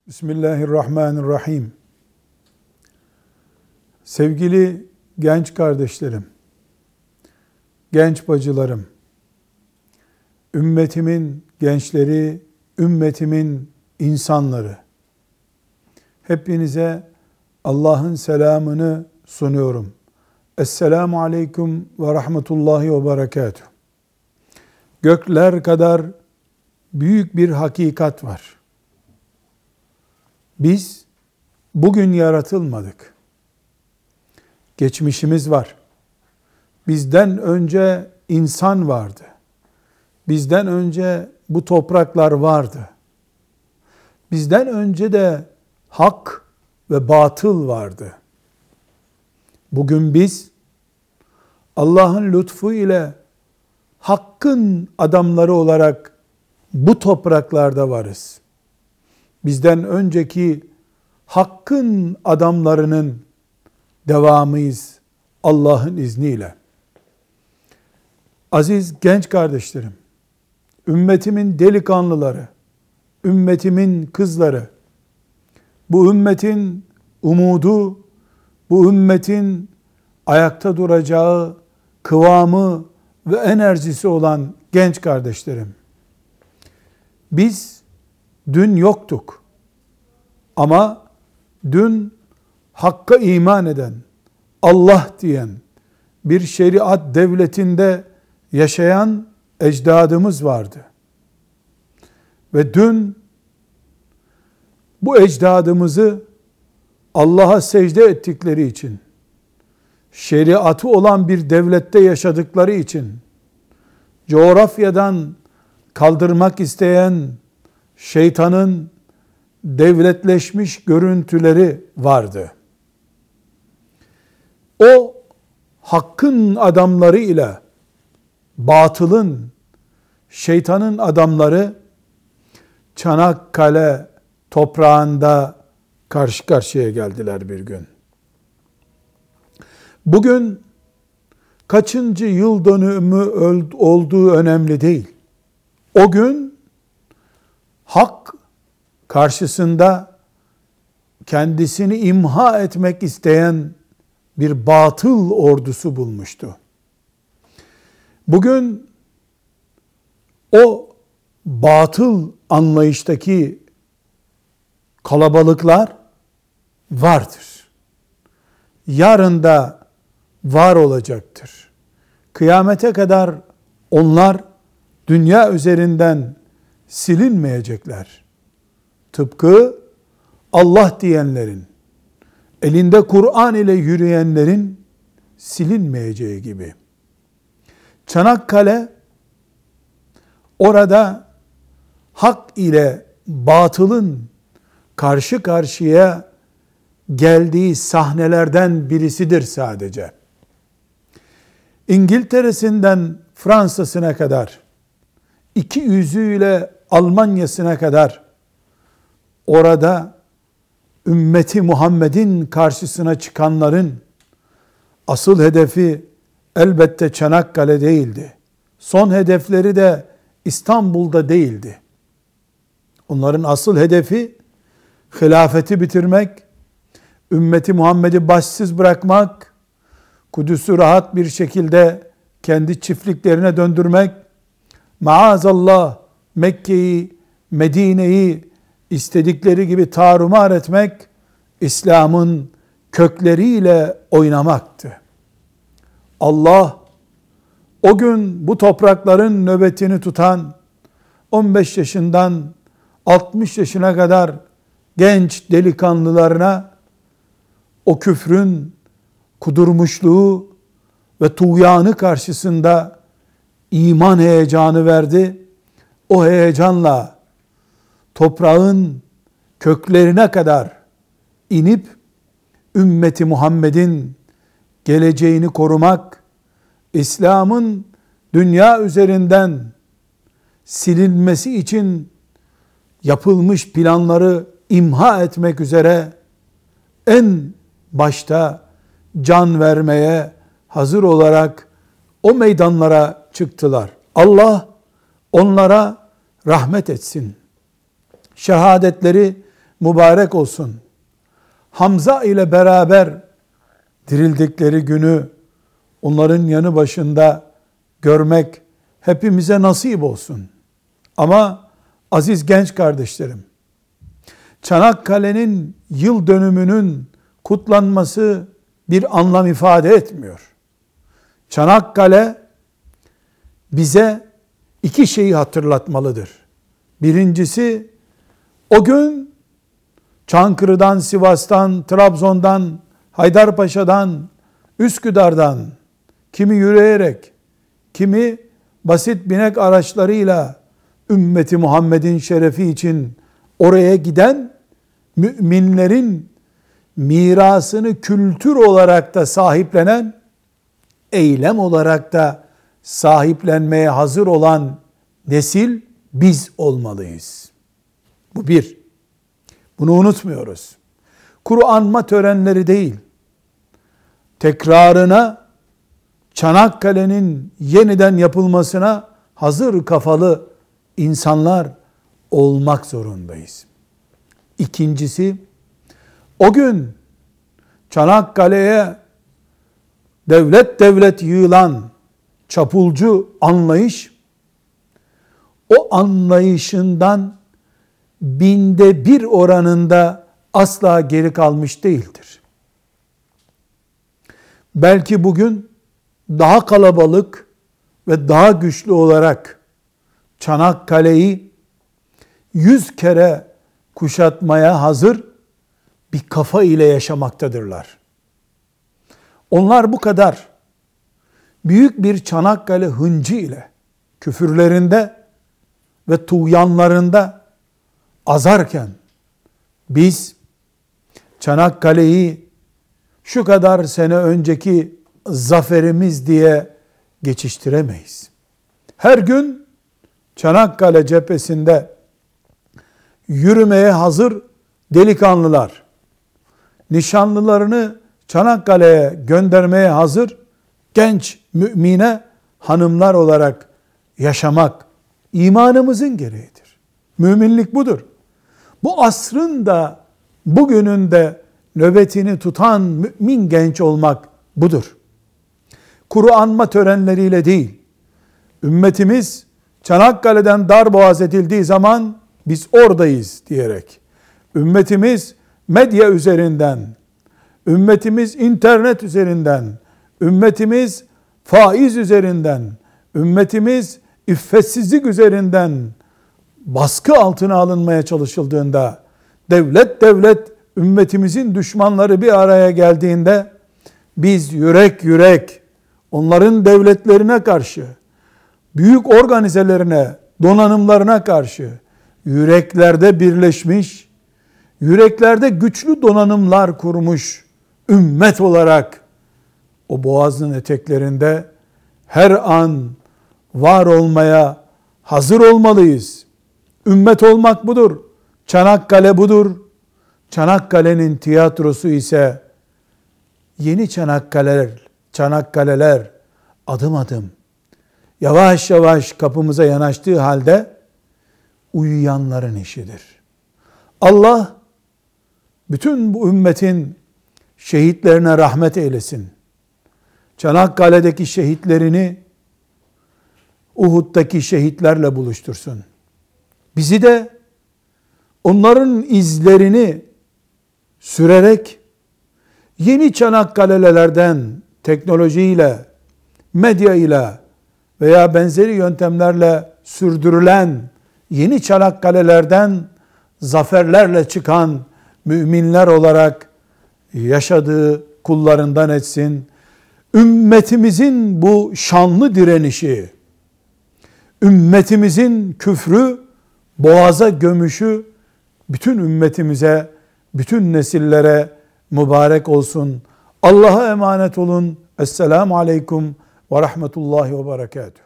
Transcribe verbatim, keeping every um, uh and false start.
Bismillahirrahmanirrahim. Sevgili genç kardeşlerim, genç bacılarım, ümmetimin gençleri, ümmetimin insanları, hepinize Allah'ın selamını sunuyorum. Esselamu aleyküm ve rahmetullahi ve berekatuhu. Gökler kadar büyük bir hakikat var. Biz bugün yaratılmadık. Geçmişimiz var. Bizden önce insan vardı. Bizden önce bu topraklar vardı. Bizden önce de hak ve batıl vardı. Bugün biz Allah'ın lütfu ile hakkın adamları olarak bu topraklarda varız. Bizden önceki hakkın adamlarının devamıyız Allah'ın izniyle. Aziz genç kardeşlerim, ümmetimin delikanlıları, ümmetimin kızları, bu ümmetin umudu, bu ümmetin ayakta duracağı kıvamı ve enerjisi olan genç kardeşlerim. Biz dün yoktuk. Ama dün hakka iman eden, Allah diyen, bir şeriat devletinde yaşayan ecdadımız vardı. Ve dün bu ecdadımızı Allah'a secde ettikleri için, şeriatı olan bir devlette yaşadıkları için, coğrafyadan kaldırmak isteyen şeytanın devletleşmiş görüntüleri vardı. O hakkın adamları ile batılın, şeytanın adamları Çanakkale toprağında karşı karşıya geldiler bir gün. Bugün kaçıncı yıl dönümü olduğu önemli değil. O gün hak karşısında kendisini imha etmek isteyen bir batıl ordusu bulmuştu. Bugün o batıl anlayıştaki kalabalıklar vardır. Yarın da var olacaktır. Kıyamete kadar onlar dünya üzerinden silinmeyecekler. Tıpkı Allah diyenlerin, elinde Kur'an ile yürüyenlerin silinmeyeceği gibi. Çanakkale, orada hak ile batılın karşı karşıya geldiği sahnelerden birisidir sadece. İngiltere'sinden Fransa'sına kadar, iki yüzüyle Almanya'sına kadar orada ümmeti Muhammed'in karşısına çıkanların asıl hedefi elbette Çanakkale değildi. Son hedefleri de İstanbul'da değildi. Onların asıl hedefi hilafeti bitirmek, ümmeti Muhammed'i başsız bırakmak, Kudüs'ü rahat bir şekilde kendi çiftliklerine döndürmek, maazallah Mekke'yi, Medine'yi istedikleri gibi tarumar etmek, İslam'ın kökleriyle oynamaktı. Allah o gün bu toprakların nöbetini tutan on beş yaşından altmış yaşına kadar genç delikanlılarına o küfrün kudurmuşluğu ve tuğyanı karşısında iman heyecanı verdi. O heyecanla toprağın köklerine kadar inip ümmeti Muhammed'in geleceğini korumak, İslam'ın dünya üzerinden silinmesi için yapılmış planları imha etmek üzere en başta can vermeye hazır olarak o meydanlara çıktılar. Allah onlara rahmet etsin. Şehadetleri mübarek olsun. Hamza ile beraber dirildikleri günü onların yanı başında görmek hepimize nasip olsun. Ama aziz genç kardeşlerim, Çanakkale'nin yıl dönümünün kutlanması bir anlam ifade etmiyor. Çanakkale bize iki şeyi hatırlatmalıdır. Birincisi, o gün Çankırı'dan, Sivas'tan, Trabzon'dan, Haydarpaşa'dan, Üsküdar'dan, kimi yürüyerek, kimi basit binek araçlarıyla ümmeti Muhammed'in şerefi için oraya giden müminlerin mirasını kültür olarak da sahiplenen, eylem olarak da sahiplenmeye hazır olan nesil biz olmalıyız. Bu bir. Bunu unutmuyoruz. Kur'anma törenleri değil, tekrarına, Çanakkale'nin yeniden yapılmasına hazır kafalı insanlar olmak zorundayız. İkincisi, o gün Çanakkale'ye devlet devlet yığılan çapulcu anlayış, o anlayışından binde bir oranında asla geri kalmış değildir. Belki bugün daha kalabalık ve daha güçlü olarak Çanakkale'yi yüz kere kuşatmaya hazır bir kafa ile yaşamaktadırlar. Onlar bu kadar büyük bir Çanakkale hıncı ile küfürlerinde ve tuğyanlarında azarken biz Çanakkale'yi şu kadar sene önceki zaferimiz diye geçiştiremeyiz. Her gün Çanakkale cephesinde yürümeye hazır delikanlılar, nişanlılarını Çanakkale'ye göndermeye hazır genç mümine hanımlar olarak yaşamak imanımızın gereğidir. Müminlik budur. Bu asrın da bugünün de nöbetini tutan mümin genç olmak budur. Kuru anma törenleriyle değil, ümmetimiz Çanakkale'den darboğaz edildiği zaman biz oradayız diyerek, ümmetimiz medya üzerinden, ümmetimiz internet üzerinden, ümmetimiz faiz üzerinden, ümmetimiz iffetsizlik üzerinden baskı altına alınmaya çalışıldığında, devlet devlet ümmetimizin düşmanları bir araya geldiğinde, biz yürek yürek onların devletlerine karşı, büyük organizelerine, donanımlarına karşı yüreklerde birleşmiş, yüreklerde güçlü donanımlar kurmuş ümmet olarak o boğazın eteklerinde her an var olmaya hazır olmalıyız. Ümmet olmak budur. Çanakkale budur. Çanakkale'nin tiyatrosu ise yeni Çanakkaleler, Çanakkaleler adım adım, yavaş yavaş kapımıza yanaştığı halde uyuyanların işidir. Allah bütün bu ümmetin şehitlerine rahmet eylesin. Çanakkale'deki şehitlerini Uhud'daki şehitlerle buluştursun. Bizi de onların izlerini sürerek yeni Çanakkale'lerden teknolojiyle, medya ile veya benzeri yöntemlerle sürdürülen yeni Çanakkale'lerden zaferlerle çıkan müminler olarak yaşadığı kullarından etsin. Ümmetimizin bu şanlı direnişi, ümmetimizin küfrü boğaza gömüşü bütün ümmetimize, bütün nesillere mübarek olsun. Allah'a emanet olun. Esselamu aleyküm ve rahmetullahi ve berekatuhu.